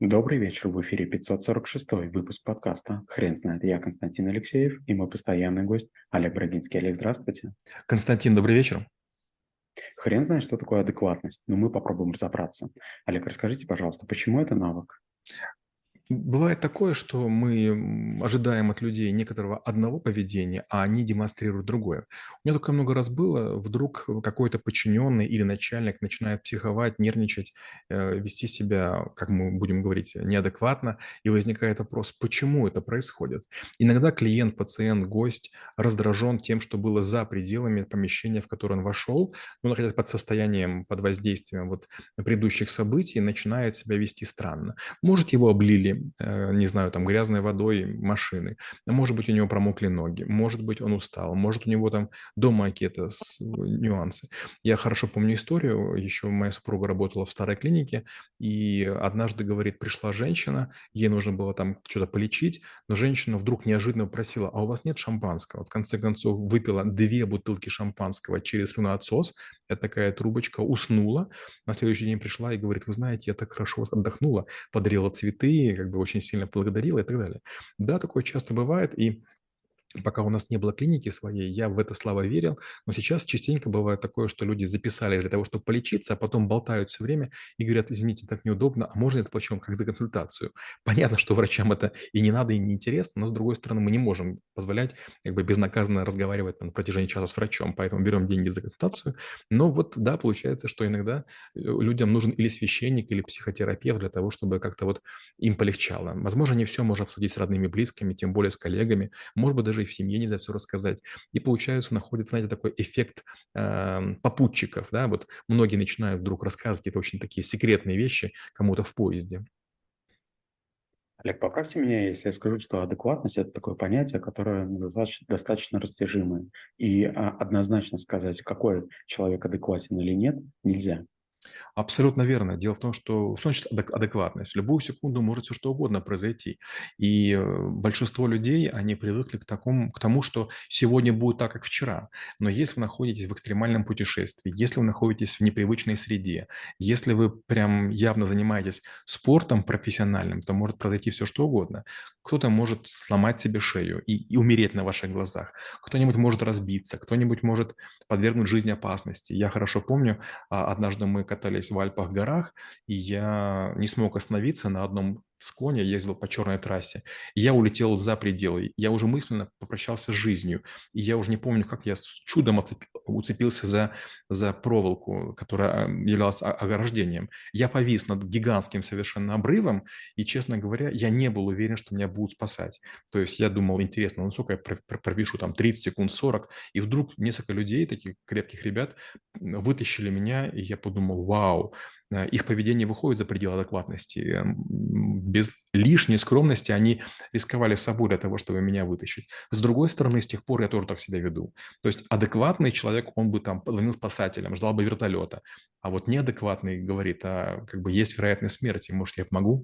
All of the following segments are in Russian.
Добрый вечер, в эфире 546 выпуск подкаста «Хрен знает». Я Константин Алексеев и мой постоянный гость Олег Брагинский. Олег, здравствуйте. Константин, добрый вечер. Хрен знает, что такое адекватность, но мы попробуем разобраться. Олег, расскажите, пожалуйста, почему это навык? Бывает такое, что мы ожидаем от людей некоторого одного поведения, а они демонстрируют другое. У меня такое много раз было. Вдруг какой-то подчиненный или начальник начинает психовать, нервничать, вести себя, как мы будем говорить, неадекватно, и возникает вопрос, почему это происходит. Иногда клиент, пациент, гость раздражен тем, что было за пределами помещения, в которое он вошел, но находясь под состоянием, под воздействием вот предыдущих событий, начинает себя вести странно. Может, его облили, не знаю, там, грязной водой машины, может быть, у него промокли ноги, может быть, он устал, может, у него там дома какие-то нюансы. Я хорошо помню историю, еще моя супруга работала в старой клинике, и однажды, говорит, пришла женщина, ей нужно было там что-то полечить, но женщина вдруг неожиданно просила, а у вас нет шампанского? В конце концов, выпила 2 бутылки шампанского через слюноотсос, это такая трубочка, уснула, на следующий день пришла и говорит, вы знаете, я так хорошо отдохнула, подарила цветы, как бы очень сильно благодарила и так далее. Да, такое часто бывает, и пока у нас не было клиники своей, я в это слабо верил, но сейчас частенько бывает такое, что люди записались для того, чтобы полечиться, а потом болтают все время и говорят, извините, так неудобно, а можно я заплачу вам как за консультацию? Понятно, что врачам это и не надо, и не интересно, но с другой стороны мы не можем позволять как бы безнаказанно разговаривать на протяжении часа с врачом, поэтому берем деньги за консультацию. Но вот да, получается, что иногда людям нужен или священник, или психотерапевт для того, чтобы как-то вот им полегчало. Возможно, не все можно обсудить с родными, близкими, тем более с коллегами, может быть, даже и в семье нельзя все рассказать. И получается, находится, знаете, такой эффект попутчиков, да, вот многие начинают вдруг рассказывать какие-то очень такие секретные вещи кому-то в поезде. Олег, поправьте меня, если я скажу, что адекватность – это такое понятие, которое достаточно растяжимое. И однозначно сказать, какой человек адекватен или нет, нельзя. Абсолютно верно. Дело в том, что значит адекватность? В любую секунду может все что угодно произойти. И большинство людей, они привыкли к тому, что сегодня будет так, как вчера. Но если вы находитесь в экстремальном путешествии, если вы находитесь в непривычной среде, если вы прям явно занимаетесь спортом профессиональным, то может произойти все что угодно. Кто-то может сломать себе шею и умереть на ваших глазах. Кто-нибудь может разбиться, кто-нибудь может подвергнуть жизни опасности. Я хорошо помню, однажды мы катались в Альпах горах, и я не смог остановиться на одном склоне, я ездил по черной трассе, и я улетел за пределы. Я уже мысленно попрощался с жизнью, и я уже не помню, как я с чудом уцепился за проволоку, которая являлась ограждением. Я повис над гигантским совершенно обрывом, и, честно говоря, я не был уверен, что меня будут спасать. То есть я думал, интересно, ну сколько я провишу, там 30 секунд, 40, и вдруг несколько людей, таких крепких ребят, вытащили меня, и я подумал, вау, их поведение выходит за пределы адекватности. Без лишней скромности они рисковали собой для того, чтобы меня вытащить. С другой стороны, с тех пор я тоже так себя веду. То есть адекватный человек, он бы там позвонил спасателям, ждал бы вертолета. А вот неадекватный говорит, как бы есть вероятность смерти, может, я помогу?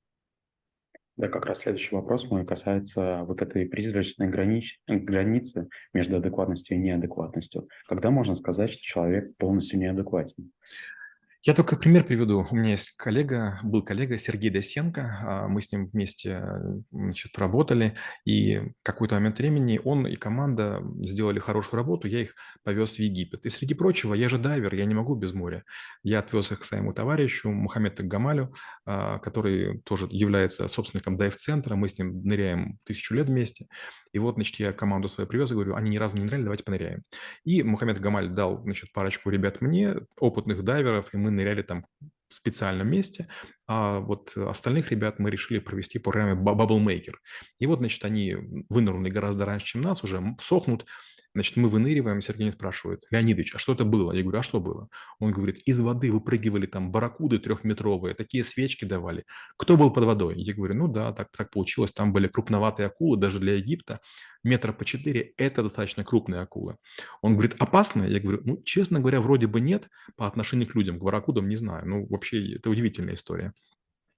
Да, как раз следующий вопрос мой касается вот этой призрачной границы между адекватностью и неадекватностью. Когда можно сказать, что человек полностью неадекватен? Я только пример приведу. У меня есть был коллега Сергей Досенко, мы с ним вместе, значит, работали, и какой-то момент времени он и команда сделали хорошую работу, я их повез в Египет. И среди прочего, я же дайвер, я не могу без моря. Я отвез их к своему товарищу Мухаммеду Гамалю, который тоже является собственником дайв-центра, мы с ним ныряем 1000 лет вместе. И вот, значит, я команду свою привез и говорю, они ни разу не ныряли, давайте поныряем. И Мухаммед Гамаль дал, значит, парочку ребят мне, опытных дайверов, и мы ныряли там в специальном месте, а вот остальных ребят мы решили провести по программе Bubble Maker. И вот, значит, они вынырнули гораздо раньше, чем нас, уже сохнут. Значит, мы выныриваем, Сергей меня спрашивает, Леонидович, а что это было? Я говорю, а что было? Он говорит, из воды выпрыгивали там барракуды трехметровые, такие свечки давали. Кто был под водой? Я говорю, ну да, так получилось, там были крупноватые акулы, даже для Египта, метра по 4, это достаточно крупные акулы. Он говорит, опасно? Я говорю, ну, честно говоря, вроде бы нет по отношению к людям, к барракудам не знаю. Ну, вообще, это удивительная история.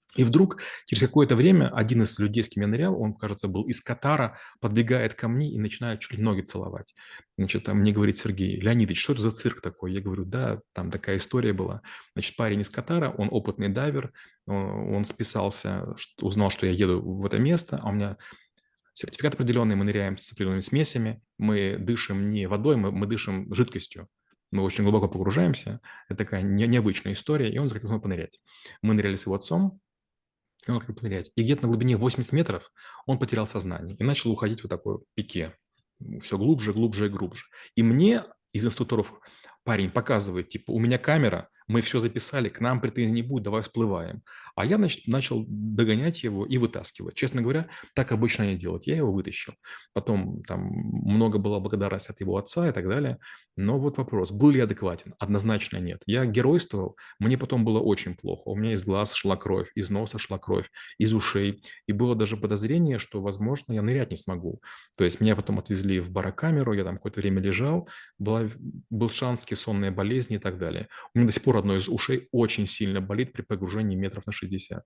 И вдруг через какое-то время один из людей, с кем я нырял, он, кажется, был из Катара, подбегает ко мне и начинает чуть ли ноги целовать. Значит, там мне говорит Сергей: Леонидович, что это за цирк такой? Я говорю: да, там такая история была. Значит, парень из Катара, он опытный дайвер, он списался, узнал, что я еду в это место, а у меня сертификат определенный, мы ныряем с определенными смесями, мы дышим не водой, мы дышим жидкостью. Мы очень глубоко погружаемся. Это такая необычная история, и он захотел со мной понырять. Мы ныряли с его отцом, и он как нырять. И где-то на глубине 80 метров он потерял сознание и начал уходить в такое пике. Все глубже, глубже и глубже. И мне из инструкторов парень показывает, типа, у меня камера, мы все записали, к нам претензий не будет, давай всплываем. А я, значит, начал догонять его и вытаскивать. Честно говоря, так обычно они делают. Я его вытащил. Потом там много было благодарности от его отца и так далее. Но вот вопрос, был ли я адекватен? Однозначно нет. Я геройствовал, мне потом было очень плохо. У меня из глаз шла кровь, из носа шла кровь, из ушей. И было даже подозрение, что, возможно, я нырять не смогу. То есть меня потом отвезли в барокамеру, я там какое-то время лежал, был шанс кессонной болезни и так далее. У меня до сих пор одно из ушей очень сильно болит при погружении метров на 60.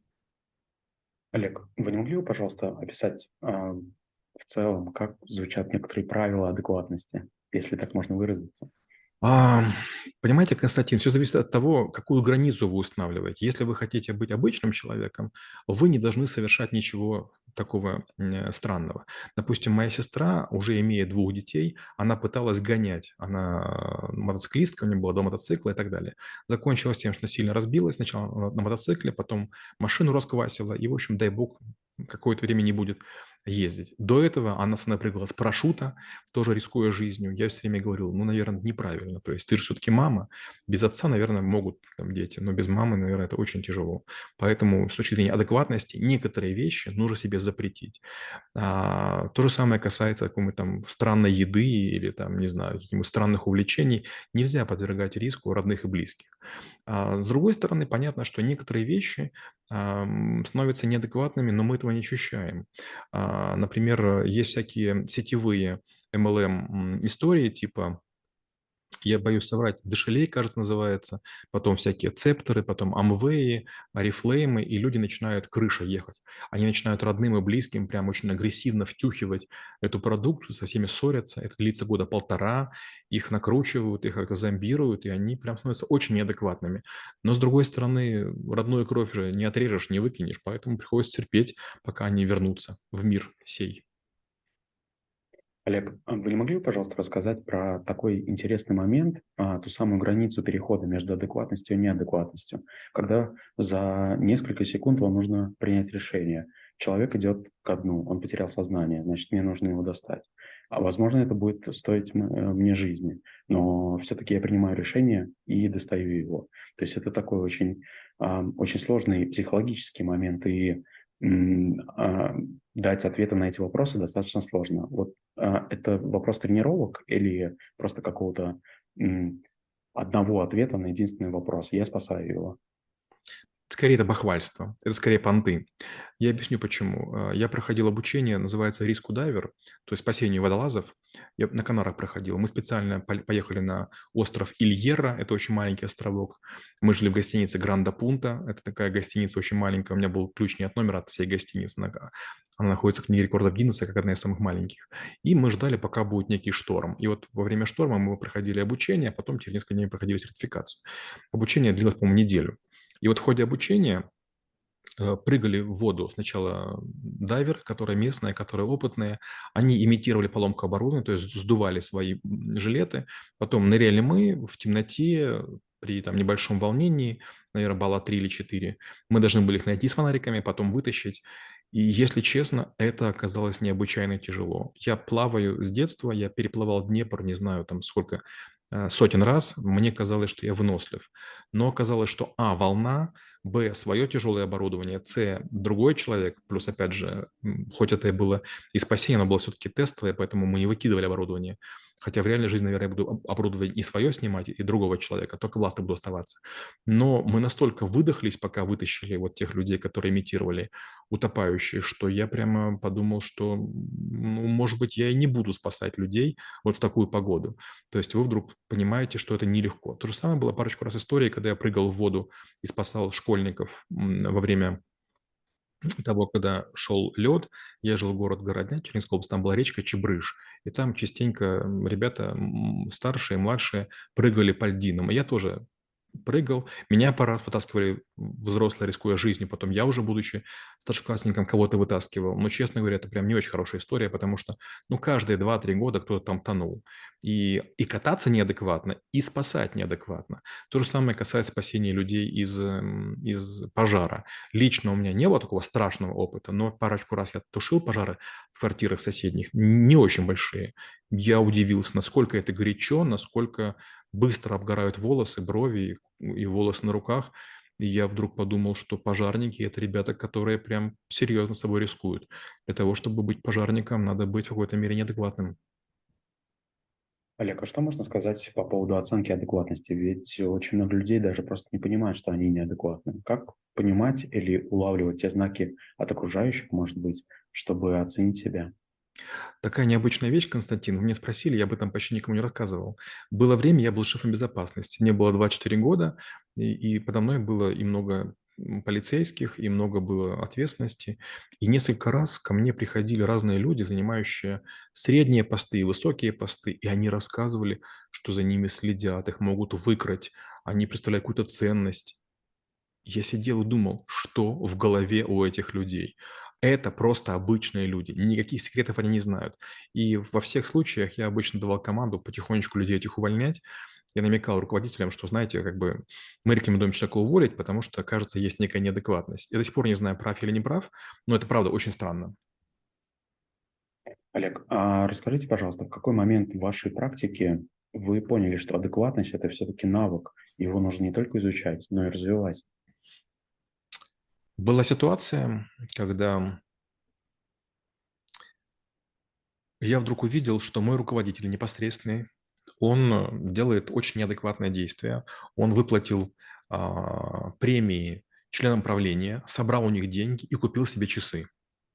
Олег, вы не могли бы, пожалуйста, описать в целом, как звучат некоторые правила адекватности, если так можно выразиться? А, Понимаете, Константин, все зависит от того, какую границу вы устанавливаете. Если вы хотите быть обычным человеком, вы не должны совершать ничего такого странного. Допустим, моя сестра, уже имея двух детей, она пыталась гонять. Она мотоциклистка, у нее было два мотоцикла и так далее. Закончилось тем, что сильно разбилась сначала на мотоцикле, потом машину расквасила, и, в общем, дай бог, какое-то время не будет ездить. До этого она прыгала с парашюта, тоже рискуя жизнью. Я все время говорил, ну, наверное, неправильно. То есть ты же все-таки мама. Без отца, наверное, могут там дети, но без мамы, наверное, это очень тяжело. Поэтому с точки зрения адекватности некоторые вещи нужно себе запретить. То же самое касается какой-нибудь там странной еды или там, не знаю, каких-нибудь странных увлечений. Нельзя подвергать риску родных и близких. С другой стороны, понятно, что некоторые вещи становятся неадекватными, но мы этого не ощущаем. Например, есть всякие сетевые MLM истории типа, я боюсь соврать, Дешелей, кажется, называется, потом всякие цепторы, потом Амвеи, Арифлеймы, и люди начинают крыша ехать. Они начинают родным и близким прям очень агрессивно втюхивать эту продукцию, со всеми ссорятся, это длится года полтора, их накручивают, их как-то зомбируют, и они прям становятся очень неадекватными. Но, с другой стороны, родную кровь же не отрежешь, не выкинешь, поэтому приходится терпеть, пока они вернутся в мир сей. Олег, а вы не могли бы, пожалуйста, рассказать про такой интересный момент, ту самую границу перехода между адекватностью и неадекватностью, когда за несколько секунд вам нужно принять решение. Человек идет ко дну, он потерял сознание, значит, мне нужно его достать. А возможно, это будет стоить мне жизни, но все-таки я принимаю решение и достаю его. То есть это такой очень, очень сложный психологический момент, и дать ответы на эти вопросы достаточно сложно. Вот это вопрос тренировок или просто какого-то одного ответа на единственный вопрос? Я спасаю его. Скорее, это бахвальство, это скорее понты. Я объясню почему. Я проходил обучение, называется риску дайвер, то есть спасение водолазов. Я на Канарах проходил. Мы специально поехали на остров Ильерра, это очень маленький островок. Мы жили в гостинице Гранда Пунта, это такая гостиница очень маленькая. У меня был ключ не от номера, от всей гостиницы. Она находится в книге рекордов Гиннесса, как одна из самых маленьких. И мы ждали, пока будет некий шторм. И вот во время шторма мы проходили обучение, а потом через несколько дней проходили сертификацию. Обучение длилось, по-моему, неделю. И вот в ходе обучения прыгали в воду сначала дайверы, которые местные, которые опытные. Они имитировали поломку оборудования, то есть сдували свои жилеты. Потом ныряли мы в темноте при там, небольшом волнении, наверное, балла 3 или 4. Мы должны были их найти с фонариками, потом вытащить. И, если честно, это оказалось необычайно тяжело. Я плаваю с детства, я переплывал Днепр, не знаю, там сколько, сотен раз. Мне казалось, что я вынослив. Но оказалось, что волна, свое тяжелое оборудование, другой человек, плюс, опять же, хоть это и было и спасение, но было все-таки тестовое, поэтому мы не выкидывали оборудование. Хотя в реальной жизни, наверное, я буду оборудование не свое снимать и другого человека, только властно буду оставаться. Но мы настолько выдохлись, пока вытащили вот тех людей, которые имитировали утопающих, что я прямо подумал, что, ну, может быть, я и не буду спасать людей вот в такую погоду. То есть вы вдруг понимаете, что это нелегко. То же самое было парочку раз истории, когда я прыгал в воду и спасал школьников во время того, когда шел лед, я жил в город Городня, Черниговская область, там была речка Чебрыш, и там частенько ребята старшие, младшие прыгали по льдинам, и я тоже прыгал, меня пару раз вытаскивали взрослые, рискуя жизнью, потом я уже, будучи старшеклассником, кого-то вытаскивал. Но, честно говоря, это прям не очень хорошая история, потому что, ну, каждые 2-3 года кто-то там тонул. И кататься неадекватно, и спасать неадекватно. То же самое касается спасения людей из пожара. Лично у меня не было такого страшного опыта, но парочку раз я тушил пожары в квартирах соседних, не очень большие. Я удивился, насколько это горячо, насколько быстро обгорают волосы, брови и волосы на руках. И я вдруг подумал, что пожарники – это ребята, которые прям серьезно собой рискуют. Для того, чтобы быть пожарником, надо быть в какой-то мере неадекватным. Олег, а что можно сказать по поводу оценки адекватности? Ведь очень много людей даже просто не понимают, что они неадекватны. Как понимать или улавливать те знаки от окружающих, может быть, чтобы оценить себя? Такая необычная вещь, Константин. Вы меня спросили, я об этом почти никому не рассказывал. Было время, я был шефом безопасности. Мне было 24 года, и подо мной было и много полицейских, и много было ответственности. И несколько раз ко мне приходили разные люди, занимающие средние посты и высокие посты, и они рассказывали, что за ними следят, их могут выкрасть, они представляют какую-то ценность. Я сидел и думал, что в голове у этих людей. Это просто обычные люди, никаких секретов они не знают. И во всех случаях я обычно давал команду потихонечку людей этих увольнять. Я намекал руководителям, что, знаете, как бы мы рекомендуем человека уволить, потому что, кажется, есть некая неадекватность. Я до сих пор не знаю, прав или не прав, но это правда очень странно. Олег, а расскажите, пожалуйста, в какой момент в вашей практике вы поняли, что адекватность – это все-таки навык, его нужно не только изучать, но и развивать? Была ситуация, когда я вдруг увидел, что мой руководитель непосредственный, он делает очень неадекватное действие. Он выплатил премии членам правления, собрал у них деньги и купил себе часы.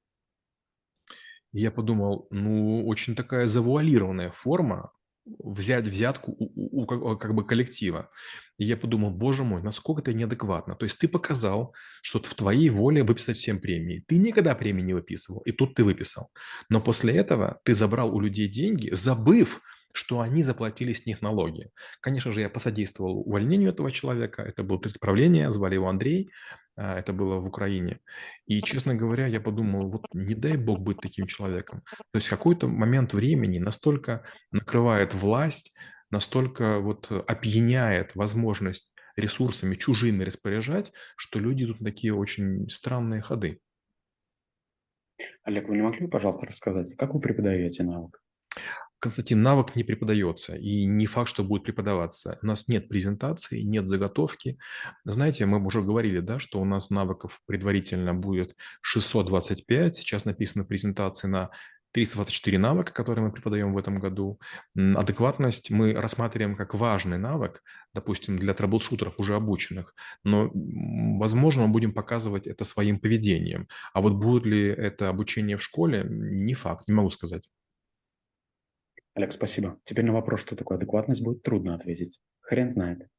И я подумал, ну, очень такая завуалированная форма взять взятку у как бы коллектива. И я подумал, боже мой, насколько это неадекватно. То есть ты показал, что в твоей воле выписать всем премии. Ты никогда премии не выписывал, и тут ты выписал. Но после этого ты забрал у людей деньги, забыв, что они заплатили с них налоги. Конечно же, я посодействовал увольнению этого человека. Это было представление, звали его Андрей. Это было в Украине. И, честно говоря, я подумал, вот не дай бог быть таким человеком. То есть в какой-то момент времени настолько накрывает власть, настолько вот опьяняет возможность ресурсами чужими распоряжать, что люди идут на такие очень странные ходы. Олег, вы не могли бы, пожалуйста, рассказать, как вы преподаете навык? Константин, навык не преподается, и не факт, что будет преподаваться. У нас нет презентации, нет заготовки. Знаете, мы уже говорили, да, что у нас навыков предварительно будет 625. Сейчас написано в презентации на 324 навыка, которые мы преподаем в этом году. Адекватность мы рассматриваем как важный навык, допустим, для трэблшутеров уже обученных, но, возможно, мы будем показывать это своим поведением. А вот будет ли это обучение в школе, не факт, не могу сказать. Олег, спасибо. Теперь на вопрос, что такое адекватность, будет трудно ответить. Хрен знает.